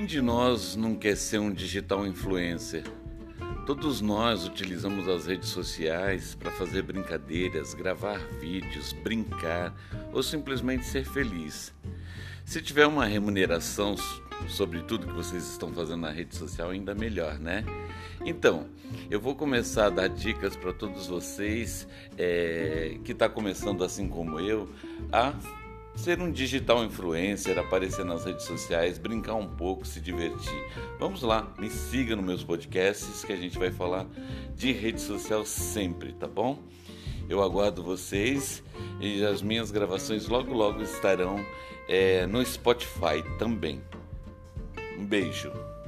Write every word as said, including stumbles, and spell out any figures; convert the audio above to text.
de nós não quer ser um digital influencer? Todos nós utilizamos as redes sociais para fazer brincadeiras, gravar vídeos, brincar ou simplesmente ser feliz. Se tiver uma remuneração sobre tudo que vocês estão fazendo na rede social, ainda melhor, né? Então, eu vou começar a dar dicas para todos vocês é, que estão começando assim como eu a ser um digital influencer, aparecer nas redes sociais, brincar um pouco, se divertir. Vamos lá, me siga nos meus podcasts que a gente vai falar de rede social sempre, tá bom? Eu aguardo vocês e as minhas gravações logo logo estarão é, no Spotify também. Um beijo.